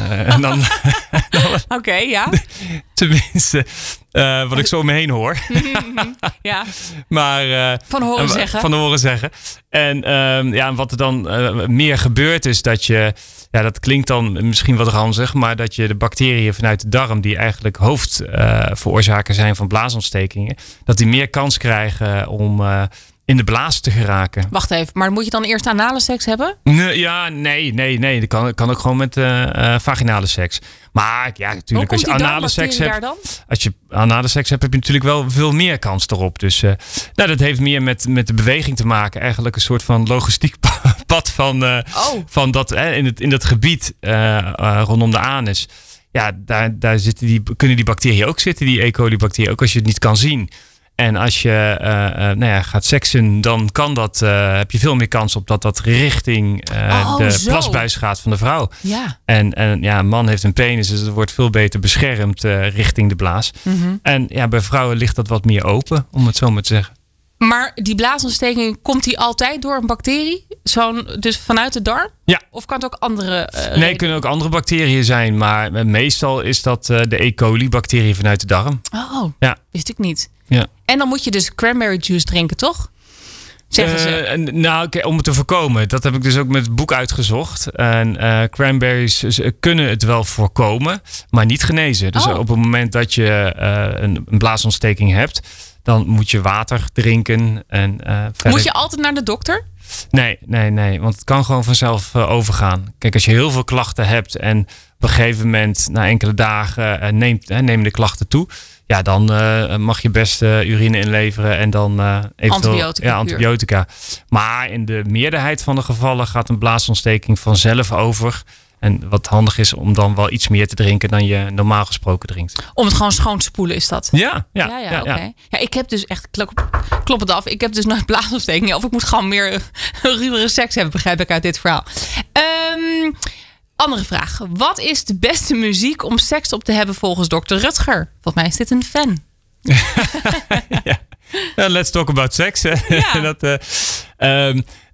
Oké, ja. Tenminste, wat ik zo om me heen hoor. Ja. Maar, van horen zeggen. En wat er dan meer gebeurt is dat je... Ja, dat klinkt dan misschien wat ranzig, maar dat je de bacteriën vanuit de darm, die eigenlijk hoofdveroorzaker zijn van blaasontstekingen, dat die meer kans krijgen om in de blaas te geraken. Wacht even, maar moet je dan eerst anale seks hebben? Nee. Dat kan ook gewoon met vaginale seks. Maar ja, natuurlijk, als je anale seks hebt, heb je natuurlijk wel veel meer kans erop. Dus dat heeft meer met de beweging te maken. Eigenlijk een soort van logistiek pad van dat in dat gebied rondom de anus. Ja, daar kunnen die bacteriën ook zitten, die E. coli bacteriën, ook als je het niet kan zien. En als je gaat seksen, dan kan dat, heb je veel meer kans op dat richting plasbuis gaat van de vrouw. Ja. En een man heeft een penis, dus het wordt veel beter beschermd richting de blaas. Mm-hmm. En bij vrouwen ligt dat wat meer open, om het zo maar te zeggen. Maar die blaasontsteking, komt die altijd door een bacterie? Dus vanuit de darm? Ja. Of kan het ook andere Nee, het kunnen ook andere bacteriën zijn. Maar meestal is dat de E. coli bacterie vanuit de darm. Oh, wist ik niet. Ja. En dan moet je dus cranberry juice drinken, toch? Zeggen ze. Om het te voorkomen. Dat heb ik dus ook met het boek uitgezocht. En cranberries kunnen het wel voorkomen, maar niet genezen. Dus op het moment dat je een blaasontsteking hebt, dan moet je water drinken. En, moet je altijd naar de dokter? Nee. Want het kan gewoon vanzelf overgaan. Kijk, als je heel veel klachten hebt en op een gegeven moment na enkele dagen nemen de klachten toe. Ja, dan mag je best urine inleveren en dan eventueel antibiotica. Maar in de meerderheid van de gevallen gaat een blaasontsteking vanzelf over. En wat handig is om dan wel iets meer te drinken dan je normaal gesproken drinkt. Om het gewoon schoon te spoelen is dat? Ja. Oké. Ja, ik heb dus echt, klop het af, ik heb dus nooit blaasontsteking. Of ik moet gewoon meer ruwere seks hebben, begrijp ik uit dit verhaal. Andere vraag. Wat is de beste muziek om seks op te hebben volgens Dr. Rutger? Volgens mij is dit een fan. Let's talk about sex. Ja.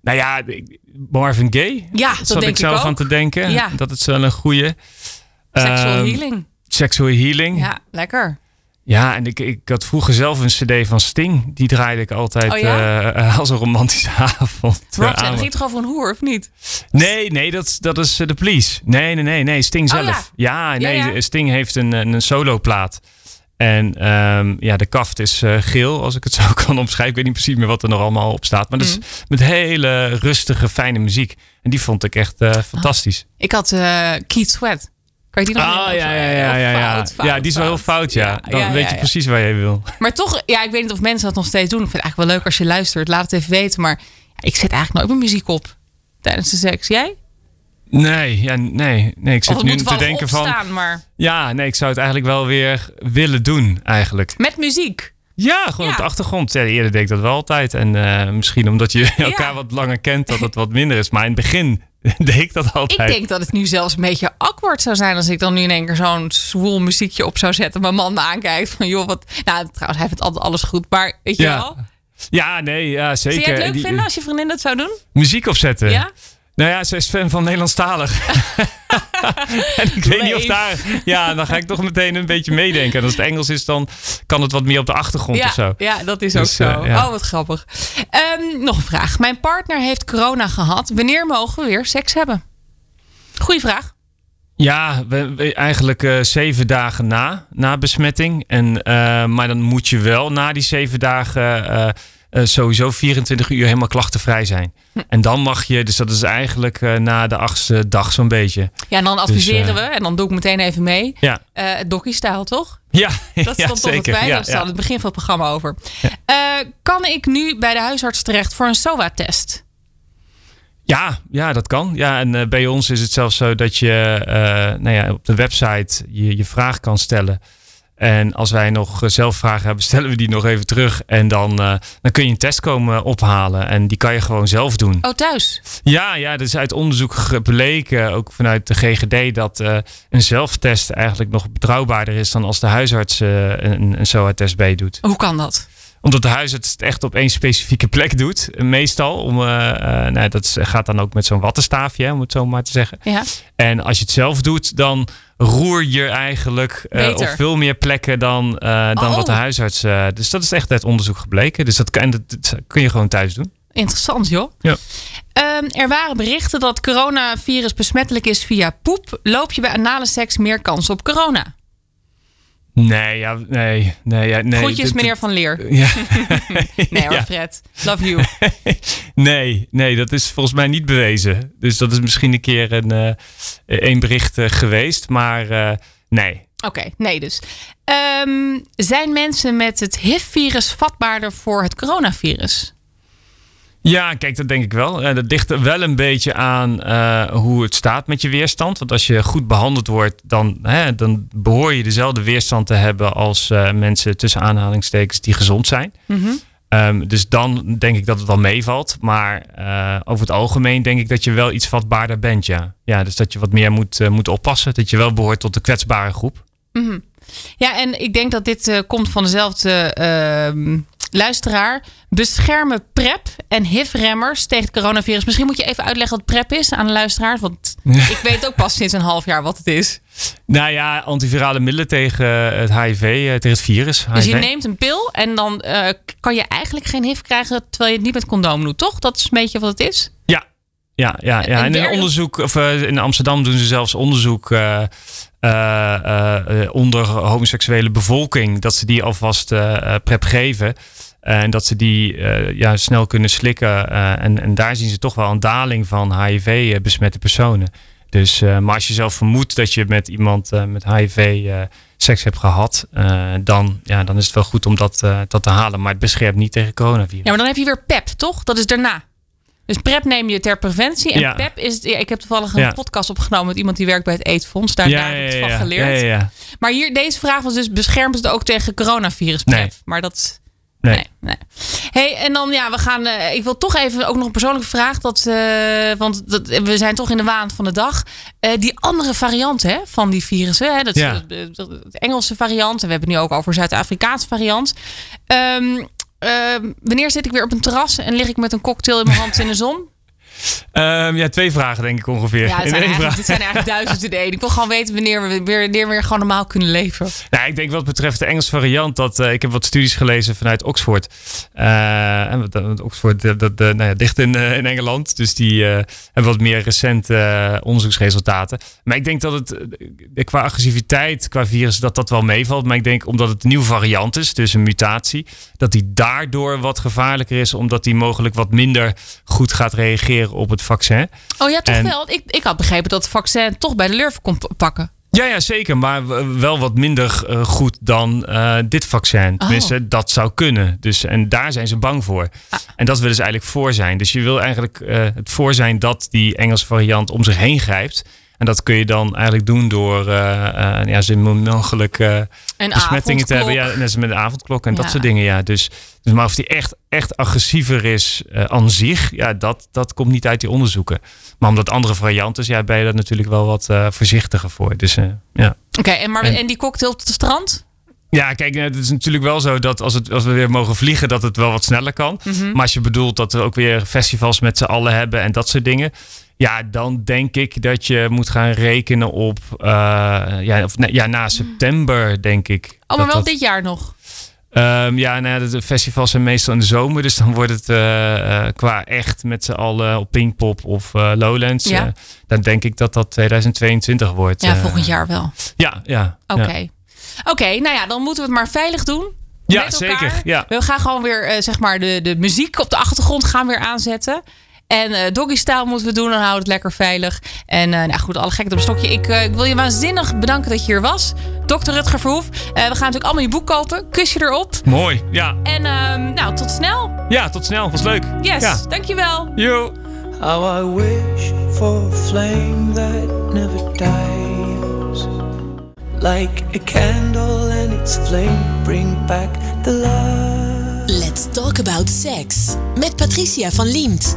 Marvin Gaye. Ja, dat denk ik zelf ook aan te denken. Ja. Dat is wel een goeie. Sexual healing. Sexual healing. Ja, lekker. Ja, en ik had vroeger zelf een cd van Sting. Die draaide ik altijd als een romantische avond. Rob, dat ging toch over een hoer, of niet? Nee, dat is The Police. Nee, Sting zelf. Ja. Sting heeft een soloplaat. En de kaft is geel, als ik het zo kan omschrijven. Ik weet niet precies meer wat er nog allemaal op staat. Maar dat is met hele rustige, fijne muziek. En die vond ik echt fantastisch. Ik had Keith Sweat. Kan je die nog Fout. Ja, die is wel heel fout, ja. Dan weet je precies waar je wil. Maar toch, ik weet niet of mensen dat nog steeds doen. Ik vind het eigenlijk wel leuk als je luistert. Laat het even weten. Maar ik zet eigenlijk nooit mijn muziek op tijdens de seks. Jij? Nee. Ik zit nu te denken opstaan, maar... Ja, nee, ik zou het eigenlijk wel weer willen doen, eigenlijk. Met muziek? Ja, gewoon op de achtergrond. Ja, eerder deed ik dat wel altijd. En misschien omdat je elkaar wat langer kent, dat het wat minder is. Maar in het begin deed ik dat altijd. Ik denk dat het nu zelfs een beetje awkward zou zijn als ik dan nu in één keer zo'n zwoel muziekje op zou zetten. Mijn man me aankijkt van joh, wat... Nou, trouwens, hij vindt altijd alles goed, maar weet je wel? Ja, zeker. Zou jij het leuk vinden als je vriendin dat zou doen? Muziek opzetten? Ja. Nou ja, zij is fan van Nederlandstalig. En ik weet niet of daar... Ja, dan ga ik toch meteen een beetje meedenken. En als het Engels is, dan kan het wat meer op de achtergrond of zo. Ja, dat is ook zo. Oh, wat grappig. Nog een vraag. Mijn partner heeft corona gehad. Wanneer mogen we weer seks hebben? Goeie vraag. Ja, eigenlijk 7 dagen na besmetting. Maar dan moet je wel na die 7 dagen... sowieso 24 uur helemaal klachtenvrij zijn. En dan mag je, dus dat is eigenlijk na de 8e dag zo'n beetje. Ja, en dan adviseren we, en dan doe ik meteen even mee. Ja. Docu-style, toch? Ja, dat stond toch het fijn. Dat staat het begin van het programma over. Ja. Kan ik nu bij de huisarts terecht voor een SOA-test? Ja, dat kan. Ja, en bij ons is het zelfs zo dat je op de website je vraag kan stellen. En als wij nog zelf vragen hebben, stellen we die nog even terug. En dan kun je een test komen ophalen. En die kan je gewoon zelf doen. Oh, thuis? Ja, er is uit onderzoek gebleken, ook vanuit de GGD, dat een zelftest eigenlijk nog betrouwbaarder is dan als de huisarts een SOA-test bij doet. Hoe kan dat? Omdat de huisarts het echt op één specifieke plek doet, meestal. Dat gaat dan ook met zo'n wattenstaafje, om het zo maar te zeggen. Ja. En als je het zelf doet, dan roer je eigenlijk op veel meer plekken dan wat de huisarts... dus dat is echt uit onderzoek gebleken. Dus dat kun je gewoon thuis doen. Interessant, joh. Ja. Er waren berichten dat coronavirus besmettelijk is via poep. Loop je bij anale seks meer kans op corona? Nee. Groetjes, meneer Van Leer. Ja. Nee hoor, Fred. Love you. Nee, dat is volgens mij niet bewezen. Dus dat is misschien een keer een bericht geweest. Maar nee. Oké, nee dus. Zijn mensen met het HIV-virus vatbaarder voor het coronavirus? Ja, kijk, dat denk ik wel. Dat ligt wel een beetje aan hoe het staat met je weerstand. Want als je goed behandeld wordt, dan behoor je dezelfde weerstand te hebben als mensen tussen aanhalingstekens die gezond zijn. Mm-hmm. Dus dan denk ik dat het wel meevalt. Maar over het algemeen denk ik dat je wel iets vatbaarder bent. Ja, dus dat je wat meer moet oppassen. Dat je wel behoort tot de kwetsbare groep. Mm-hmm. Ja, en ik denk dat dit komt van dezelfde luisteraar. Beschermen PrEP en HIV-remmers tegen het coronavirus. Misschien moet je even uitleggen wat PrEP is aan de luisteraar. Want ik weet ook pas sinds een half jaar wat het is. Nou ja, antivirale middelen tegen het HIV, tegen het virus. Dus HIV. je neemt een pil en dan kan je eigenlijk geen HIV krijgen terwijl je het niet met condoom doet, toch? Dat is een beetje wat het is? Ja. En in onderzoek, of in Amsterdam doen ze zelfs onderzoek onder homoseksuele bevolking. Dat ze die alvast PrEP geven. En dat ze die snel kunnen slikken. En daar zien ze toch wel een daling van HIV-besmette personen. Dus, maar als je zelf vermoedt dat je met iemand met HIV seks hebt gehad, dan is het wel goed om dat te halen. Maar het beschermt niet tegen coronavirus. Ja, maar dan heb je weer PEP, toch? Dat is daarna. Dus PrEP neem je ter preventie. En PEP is... Ja, ik heb toevallig een podcast opgenomen met iemand die werkt bij het AIDS-fonds. Daar heb ik het van geleerd. Ja. Maar hier, deze vraag was dus, beschermt het ook tegen coronavirus PrEP? Nee. Maar dat... Nee. Hey, en dan we gaan. Ik wil toch even ook nog een persoonlijke vraag. Want we zijn toch in de waan van de dag. Die andere variant van die virussen. Hè, dat is het Engelse variant. En we hebben het nu ook over Zuid-Afrikaanse variant. Wanneer zit ik weer op een terras en lig ik met een cocktail in mijn hand in de zon? 2 vragen denk ik ongeveer. Ja, dit zijn eigenlijk 1000 in één. Ik wil gewoon weten wanneer we weer gewoon normaal kunnen leven. Nou, ik denk wat betreft de Engelse variant dat ik heb wat studies gelezen vanuit Oxford. Oxford ligt in Engeland, dus die hebben wat meer recente onderzoeksresultaten. Maar ik denk dat het qua agressiviteit, qua virus, dat wel meevalt. Maar ik denk omdat het een nieuwe variant is, dus een mutatie, dat die daardoor wat gevaarlijker is, omdat die mogelijk wat minder goed gaat reageren op het vaccin. Oh ja, toch wel. Ik had begrepen dat het vaccin toch bij de lurven kon pakken. Ja, zeker. Maar wel wat minder goed dan dit vaccin. Tenminste, dat zou kunnen. Dus, en daar zijn ze bang voor. En dat willen ze eigenlijk voor zijn. Dus je wil eigenlijk het voor zijn dat die Engelse variant om zich heen grijpt. En dat kun je dan eigenlijk doen door zo mogelijk besmettingen te hebben. Ja, net als met de avondklok en dat soort dingen. Ja. Dus maar of die echt agressiever is aan zich, dat komt niet uit die onderzoeken. Maar omdat andere varianten, ben je daar natuurlijk wel wat voorzichtiger voor. Dus Oké, en die cocktail op het strand? Ja, kijk, het is natuurlijk wel zo dat als we weer mogen vliegen, dat het wel wat sneller kan. Mm-hmm. Maar als je bedoelt dat we ook weer festivals met z'n allen hebben en dat soort dingen. Ja, dan denk ik dat je moet gaan rekenen op na september, denk ik. Oh, maar wel dit jaar nog? De festivals zijn meestal in de zomer. Dus dan wordt het qua echt met z'n allen op Pinkpop of Lowlands. Dan denk ik dat 2022 wordt. Ja, volgend jaar wel. Ja. Oké, dan moeten we het maar veilig doen. Ja, zeker. Ja. We gaan gewoon weer de muziek op de achtergrond gaan weer aanzetten. En doggy style moeten we doen, dan houden we het lekker veilig. En goed, alle gekheid op een stokje. Ik wil je waanzinnig bedanken dat je hier was. Dr. Rutger Verhoef. We gaan natuurlijk allemaal je boek kopen. Kus je erop. Mooi, ja. En tot snel. Ja, tot snel. Was leuk. Yes, dankjewel. Yo. How I wish for a flame that never dies. Like a candle and its flame bring back the light. Let's talk about sex. Met Patricia van Liemt.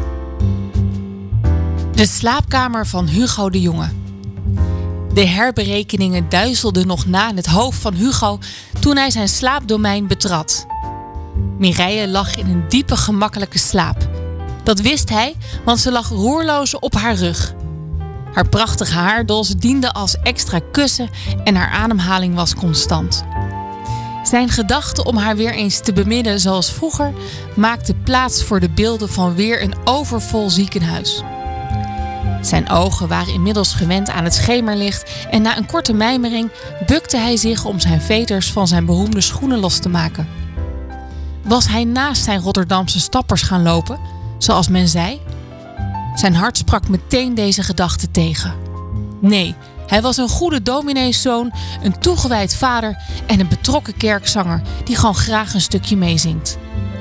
De slaapkamer van Hugo de Jonge. De herberekeningen duizelden nog na in het hoofd van Hugo toen hij zijn slaapdomein betrad. Mireille lag in een diepe, gemakkelijke slaap. Dat wist hij, want ze lag roerloos op haar rug. Haar prachtige haardols diende als extra kussen en haar ademhaling was constant. Zijn gedachte om haar weer eens te beminnen zoals vroeger maakte plaats voor de beelden van weer een overvol ziekenhuis. Zijn ogen waren inmiddels gewend aan het schemerlicht en na een korte mijmering bukte hij zich om zijn veters van zijn beroemde schoenen los te maken. Was hij naast zijn Rotterdamse stappers gaan lopen, zoals men zei? Zijn hart sprak meteen deze gedachte tegen. Nee, hij was een goede domineeszoon, een toegewijd vader en een betrokken kerkzanger die gewoon graag een stukje meezingt.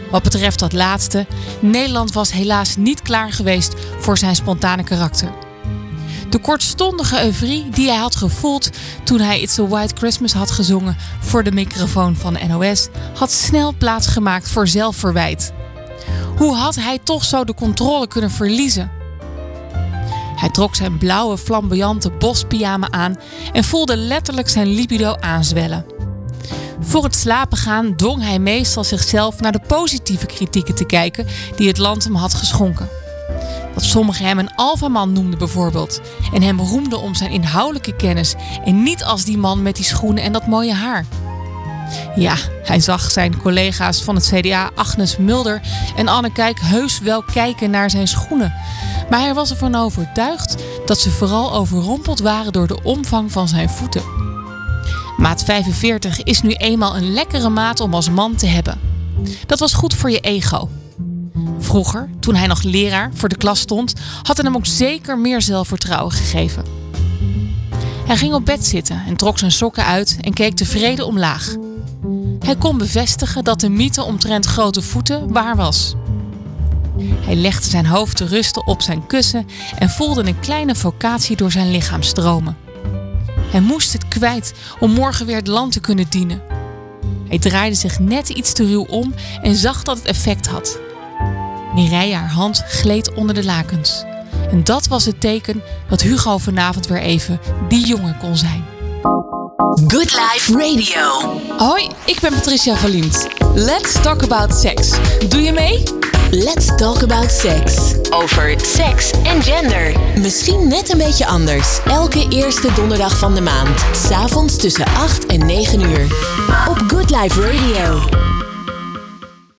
Wat betreft dat laatste, Nederland was helaas niet klaar geweest voor zijn spontane karakter. De kortstondige euforie die hij had gevoeld toen hij It's a White Christmas had gezongen voor de microfoon van NOS, had snel plaatsgemaakt voor zelfverwijt. Hoe had hij toch zo de controle kunnen verliezen? Hij trok zijn blauwe flamboyante bospyjama aan en voelde letterlijk zijn libido aanzwellen. Voor het slapen gaan dwong hij meestal zichzelf naar de positieve kritieken te kijken die het land hem had geschonken. Dat sommigen hem een alfaman noemden bijvoorbeeld en hem roemden om zijn inhoudelijke kennis en niet als die man met die schoenen en dat mooie haar. Ja, hij zag zijn collega's van het CDA Agnes Mulder en Anne Kijk heus wel kijken naar zijn schoenen. Maar hij was ervan overtuigd dat ze vooral overrompeld waren door de omvang van zijn voeten. Maat 45 is nu eenmaal een lekkere maat om als man te hebben. Dat was goed voor je ego. Vroeger, toen hij nog leraar voor de klas stond, had hij hem ook zeker meer zelfvertrouwen gegeven. Hij ging op bed zitten en trok zijn sokken uit en keek tevreden omlaag. Hij kon bevestigen dat de mythe omtrent grote voeten waar was. Hij legde zijn hoofd te rusten op zijn kussen en voelde een kleine vocatie door zijn lichaam stromen. Hij moest het kwijt om morgen weer het land te kunnen dienen. Hij draaide zich net iets te ruw om en zag dat het effect had. Mireille, haar hand, gleed onder de lakens. En dat was het teken dat Hugo vanavond weer even die jongen kon zijn. Good Life Radio. Hoi, ik ben Patricia van Liemt. Let's talk about sex. Doe je mee? Let's talk about sex. Over seks en gender. Misschien net een beetje anders. Elke eerste donderdag van de maand. 's Avonds tussen 8 en 9 uur. Op Good Life Radio.